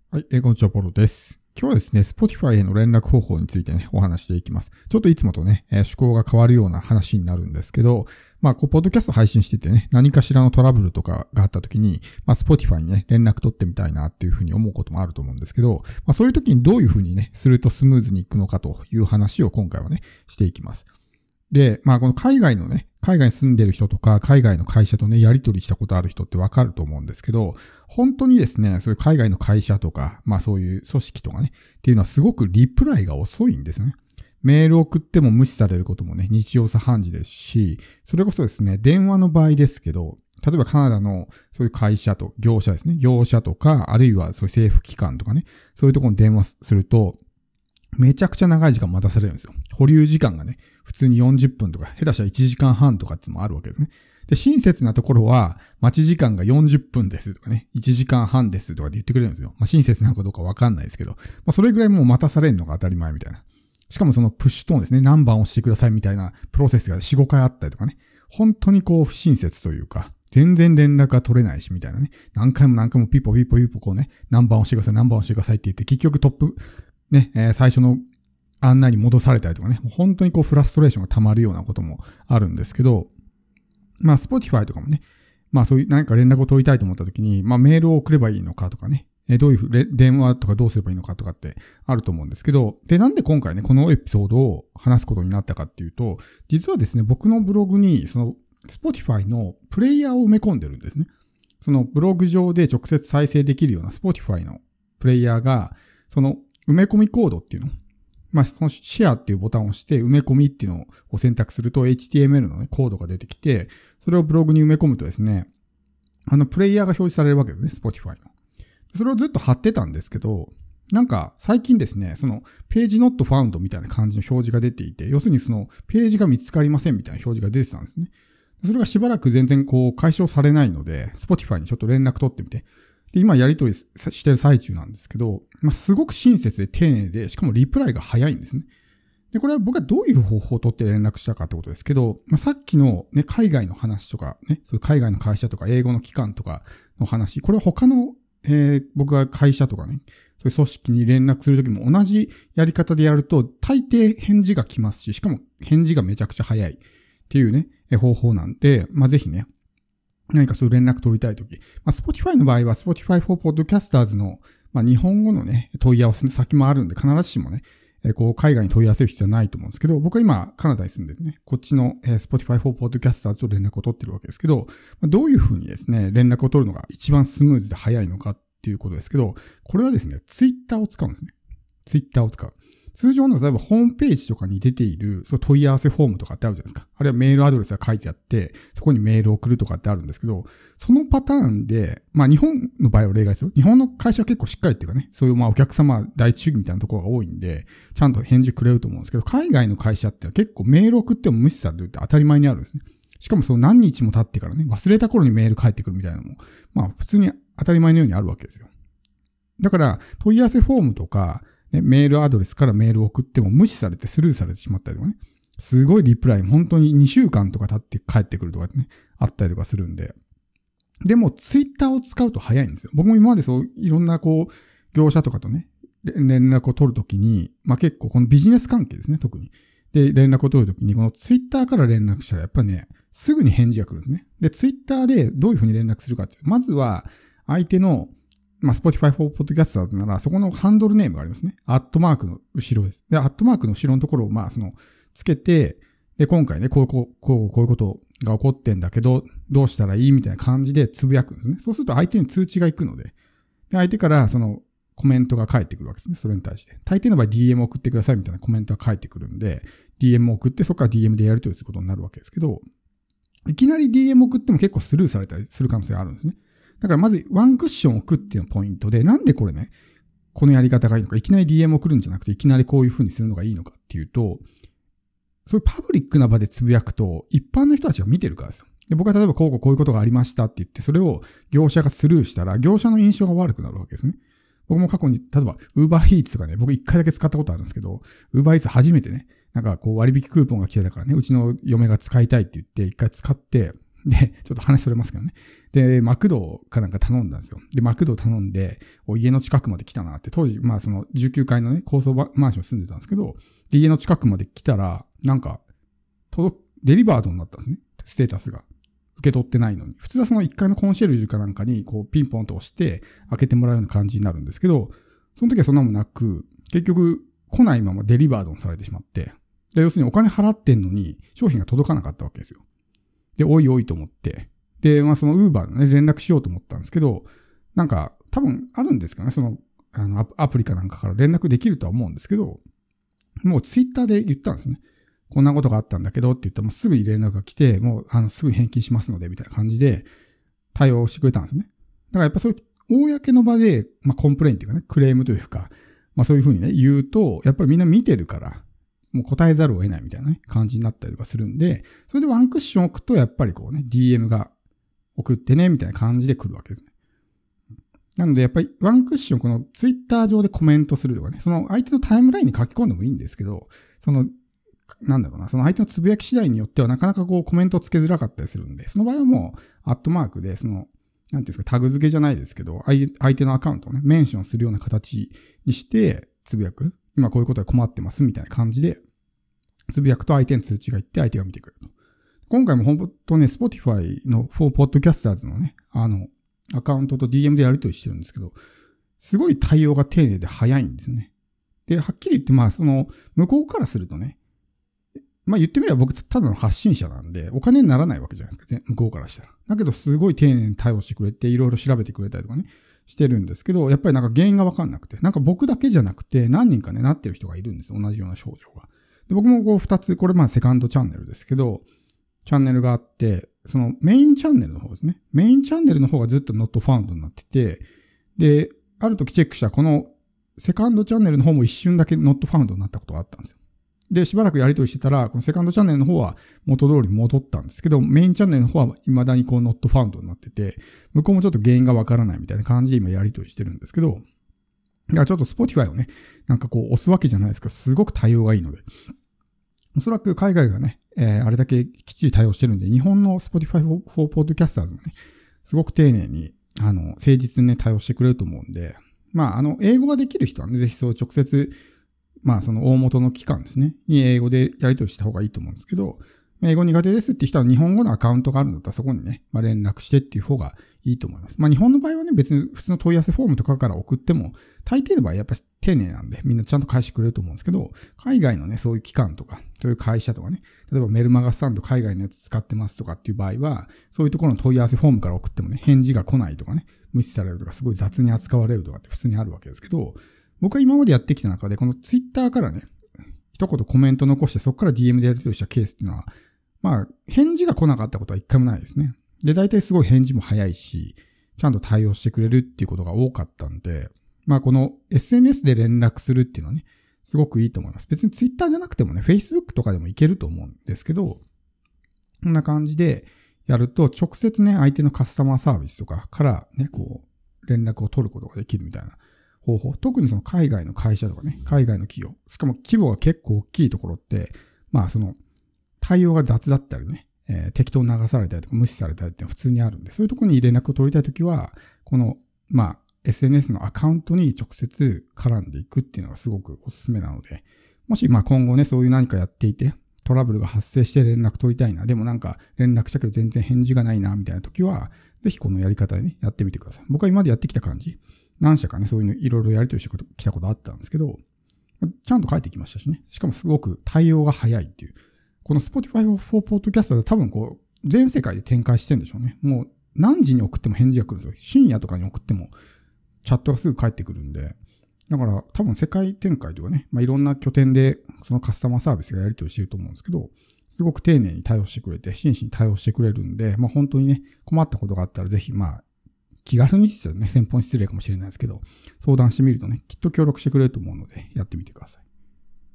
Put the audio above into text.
はい、こんにちは、ポロです。今日はですね、Spotify への連絡方法についてね、お話していきます。ちょっといつもとね、趣向が変わるような話になるんですけど、ポッドキャスト配信しててね、何かしらのトラブルとかがあった時に、Spotify にね、連絡取ってみたいなっていうふうに思うこともあると思うんですけど、そういう時にどういうふうにね、するとスムーズにいくのかという話を今回はね、していきます。で、この海外に住んでる人とか、海外の会社とね、やり取りしたことある人ってわかると思うんですけど、本当にですね、そういう海外の会社とか、そういう組織とかね、っていうのはすごくリプライが遅いんですね。メールを送っても無視されることもね、日常茶飯事ですし、それこそですね、電話の場合ですけど、例えばカナダのそういう会社と業者ですね、業者とか、あるいはそういう政府機関とかね、そういうところに電話すると、めちゃくちゃ長い時間待たされるんですよ。保留時間がね、普通に40分とか、下手したら1時間半とかってのもあるわけですね。で、親切なところは、待ち時間が40分ですとかね、1時間半ですとかで言ってくれるんですよ。親切なのかどうかわかんないですけど、それぐらいもう待たされるのが当たり前みたいな。しかもそのプッシュトーンですね、何番押してくださいみたいなプロセスが4、5回あったりとかね、本当にこう不親切というか、全然連絡が取れないしみたいなね、何回もピッポこうね、何番押してくださいって言って、結局トップ、ね、最初の案内に戻されたりとかね、本当にこうフラストレーションが溜まるようなこともあるんですけど、Spotify とかもね、そういう何か連絡を取りたいと思った時に、メールを送ればいいのかとかね、どういう電話とかどうすればいいのかとかってあると思うんですけど、で、なんで今回ね、このエピソードを話すことになったかっていうと、実はですね、僕のブログに、その Spotify のプレイヤーを埋め込んでるんですね。そのブログ上で直接再生できるような Spotify のプレイヤーが、その埋め込みコードっていうの、そのシェアっていうボタンを押して埋め込みっていうのを選択すると HTML のね、コードが出てきて、それをブログに埋め込むとですね、プレイヤーが表示されるわけですね、Spotify の。それをずっと貼ってたんですけど、なんか最近ですね、そのページ not found みたいな感じの表示が出ていて、要するにそのページが見つかりませんみたいな表示が出てたんですね。それがしばらく全然こう解消されないので、Spotify にちょっと連絡取ってみて、で今やり取りしてる最中なんですけど、すごく親切で丁寧で、しかもリプライが早いんですね。で、これは僕はどういう方法を取って連絡したかってことですけど、さっきのね、海外の話とかね、そういう海外の会社とか英語の機関とかの話、これは他の、僕が会社とかね、そういう組織に連絡するときも同じやり方でやると、大抵返事が来ますし、しかも返事がめちゃくちゃ早いっていうね、方法なんで、ぜひね、何かそういう連絡取りたいとき。Spotify の場合は Spotify for Podcasters の、日本語のね、問い合わせの先もあるんで、必ずしもね、海外に問い合わせる必要はないと思うんですけど、僕は今、カナダに住んでるね、こっちの、Spotify for Podcasters と連絡を取ってるわけですけど、どういうふうにですね、連絡を取るのが一番スムーズで早いのかっていうことですけど、これはですね、Twitter を使うんですね。Twitter を使う。通常の例えばホームページとかに出ているそう問い合わせフォームとかってあるじゃないですか。あるいはメールアドレスが書いてあって、そこにメールを送るとかってあるんですけど、そのパターンで、日本の場合は例外ですよ。日本の会社は結構しっかりっていうかね、そういうお客様第一主義みたいなところが多いんで、ちゃんと返事くれると思うんですけど、海外の会社って結構メール送っても無視されるって当たり前にあるんですね。しかもその何日も経ってからね、忘れた頃にメール返ってくるみたいなのも、普通に当たり前のようにあるわけですよ。だから、問い合わせフォームとか、ね、メールアドレスからメールを送っても無視されてスルーされてしまったりとかね。すごいリプライ、本当に2週間とか経って帰ってくるとかね、あったりとかするんで。でも、ツイッターを使うと早いんですよ。僕も今までそういろんな業者とかとね、連絡を取るときに、結構このビジネス関係ですね、特に。で、連絡を取るときに、このツイッターから連絡したらやっぱね、すぐに返事が来るんですね。で、ツイッターでどういうふうに連絡するかっていうと、まずは相手のSpotify for Podcasters なら、そこのハンドルネームがありますね。アットマークの後ろです。で、アットマークの後ろのところを、つけて、で、今回ね、こういうことが起こってんだけど、どうしたらいいみたいな感じでつぶやくんですね。そうすると相手に通知が行くので、で、相手からそのコメントが返ってくるわけですね。それに対して。大抵の場合 DM を送ってくださいみたいなコメントが返ってくるんで、DM を送ってそこから DM でやり取りすることになるわけですけど、いきなり DM を送っても結構スルーされたりする可能性があるんですね。だからまずワンクッション置くっていうのがポイントで、なんでこれね、このやり方がいいのか、いきなり DM 送るんじゃなくて、いきなりこういう風にするのがいいのかっていうと、そういうパブリックな場でつぶやくと、一般の人たちが見てるからですよ。で、僕は例えばこういうことがありましたって言って、それを業者がスルーしたら、業者の印象が悪くなるわけですね。僕も過去に、例えば Uber Eats とかね、僕一回だけ使ったことあるんですけど、Uber Eats 初めてね、割引クーポンが来てたからね、うちの嫁が使いたいって言って一回使って、 で、ちょっと話それますけどね。で、マクドかなんか頼んだんですよ。で、マクド頼んで、家の近くまで来たなって、当時、その19階のね、高層マンション住んでたんですけど、で家の近くまで来たら、なんか、デリバードになったんですね。ステータスが。受け取ってないのに。普通はその1階のコンシェルジュかなんかに、ピンポンと押して、開けてもらうような感じになるんですけど、その時はそんなもなく、結局、来ないままデリバードにされてしまって、で、要するにお金払ってんのに、商品が届かなかったわけですよ。で、おいおいと思って。で、そのウーバーのね、連絡しようと思ったんですけど、なんか、多分あるんですかね、その、アプリかなんかから連絡できるとは思うんですけど、もうツイッターで言ったんですね。こんなことがあったんだけどって言ったら、もうすぐに連絡が来て、もう、すぐに返金しますので、みたいな感じで対応してくれたんですね。だからやっぱそういう、公の場で、コンプレインっていうかね、クレームというか、そういうふうにね、言うと、やっぱりみんな見てるから、もう答えざるを得ないみたいなね、感じになったりとかするんで、それでワンクッション置くと、やっぱりDM が送ってね、みたいな感じで来るわけですね。なので、やっぱりワンクッション、このツイッター上でコメントするとかね、その相手のタイムラインに書き込んでもいいんですけど、その相手のつぶやき次第によってはなかなかコメントをつけづらかったりするんで、その場合はもう、アットマークで、なんていうんですか、タグ付けじゃないですけど、相手のアカウントをね、メンションするような形にして、つぶやく。今こういうことで困ってます、みたいな感じで、つぶやくと相手の通知がいって相手が見てくれると。今回も本当ね、Spotify の4 Podcasters のね、アカウントと DM でやり取りしてるんですけど、すごい対応が丁寧で早いんですね。で、はっきり言って、向こうからするとね、言ってみれば僕ただの発信者なんで、お金にならないわけじゃないですか、向こうからしたら。だけどすごい丁寧に対応してくれて、いろいろ調べてくれたりとかね、してるんですけど、やっぱり原因がわかんなくて、僕だけじゃなくて何人かね、なってる人がいるんですよ、同じような症状が。で僕も2つ、これセカンドチャンネルですけど、チャンネルがあって、そのメインチャンネルの方ですね。メインチャンネルの方がずっと not found になってて、で、ある時チェックしたこのセカンドチャンネルの方も一瞬だけ not found になったことがあったんですよ。で、しばらくやりとりしてたら、このセカンドチャンネルの方は元通り戻ったんですけど、メインチャンネルの方は未だにnot found になってて、向こうもちょっと原因がわからないみたいな感じで今やりとりしてるんですけど、だからちょっと Spotify をね、押すわけじゃないですけど、すごく対応がいいので、おそらく海外がね、あれだけきっちり対応してるんで、日本の Spotify for Podcasters もね、すごく丁寧に、誠実にね、対応してくれると思うんで、英語ができる人はね、ぜひそう直接、その大元の機関ですね、に英語でやり取りした方がいいと思うんですけど、英語苦手ですって人は日本語のアカウントがあるんだったらそこにね、連絡してっていう方がいいと思います。日本の場合はね、別に普通の問い合わせフォームとかから送っても、大抵の場合やっぱり丁寧なんで、みんなちゃんと返してくれると思うんですけど、海外のね、そういう機関とか、そういう会社とかね、例えばメルマガスタンド海外のやつ使ってますとかっていう場合は、そういうところの問い合わせフォームから送ってもね、返事が来ないとかね、無視されるとか、すごい雑に扱われるとかって普通にあるわけですけど、僕は今までやってきた中で、このツイッターからね、一言コメント残して、そこから DM でやり取りしたケースっていうのは、返事が来なかったことは一回もないですね。で、大体すごい返事も早いし、ちゃんと対応してくれるっていうことが多かったんで、この SNS で連絡するっていうのはね、すごくいいと思います。別に Twitter じゃなくてもね、Facebook とかでもいけると思うんですけど、こんな感じでやると、直接ね、相手のカスタマーサービスとかからね、連絡を取ることができるみたいな方法。特にその海外の会社とかね、海外の企業、しかも規模が結構大きいところって、その、対応が雑だったりね、適当に流されたりとか無視されたりって普通にあるんで、そういうところに連絡を取りたいときは、この、SNS のアカウントに直接絡んでいくっていうのがすごくおすすめなので、もし今後ね、そういう何かやっていて、トラブルが発生して連絡取りたいな、でも連絡したけど全然返事がないな、みたいなときは、ぜひこのやり方でね、やってみてください。僕は今までやってきた感じ、何社かね、そういうのいろいろやり取りしてきたことあったんですけど、ちゃんと返ってきましたしね。しかもすごく対応が早いっていう。この Spotify for Podcast で多分全世界で展開してるんでしょうね。もう何時に送っても返事が来るんですよ。深夜とかに送ってもチャットがすぐ返ってくるんで。だから多分世界展開とかね、いろんな拠点でそのカスタマーサービスがやり取りしてると思うんですけど、すごく丁寧に対応してくれて、真摯に対応してくれるんで、本当にね、困ったことがあったらぜひ気軽にですよね。先方に失礼かもしれないですけど、相談してみるとね、きっと協力してくれると思うので、やってみてください。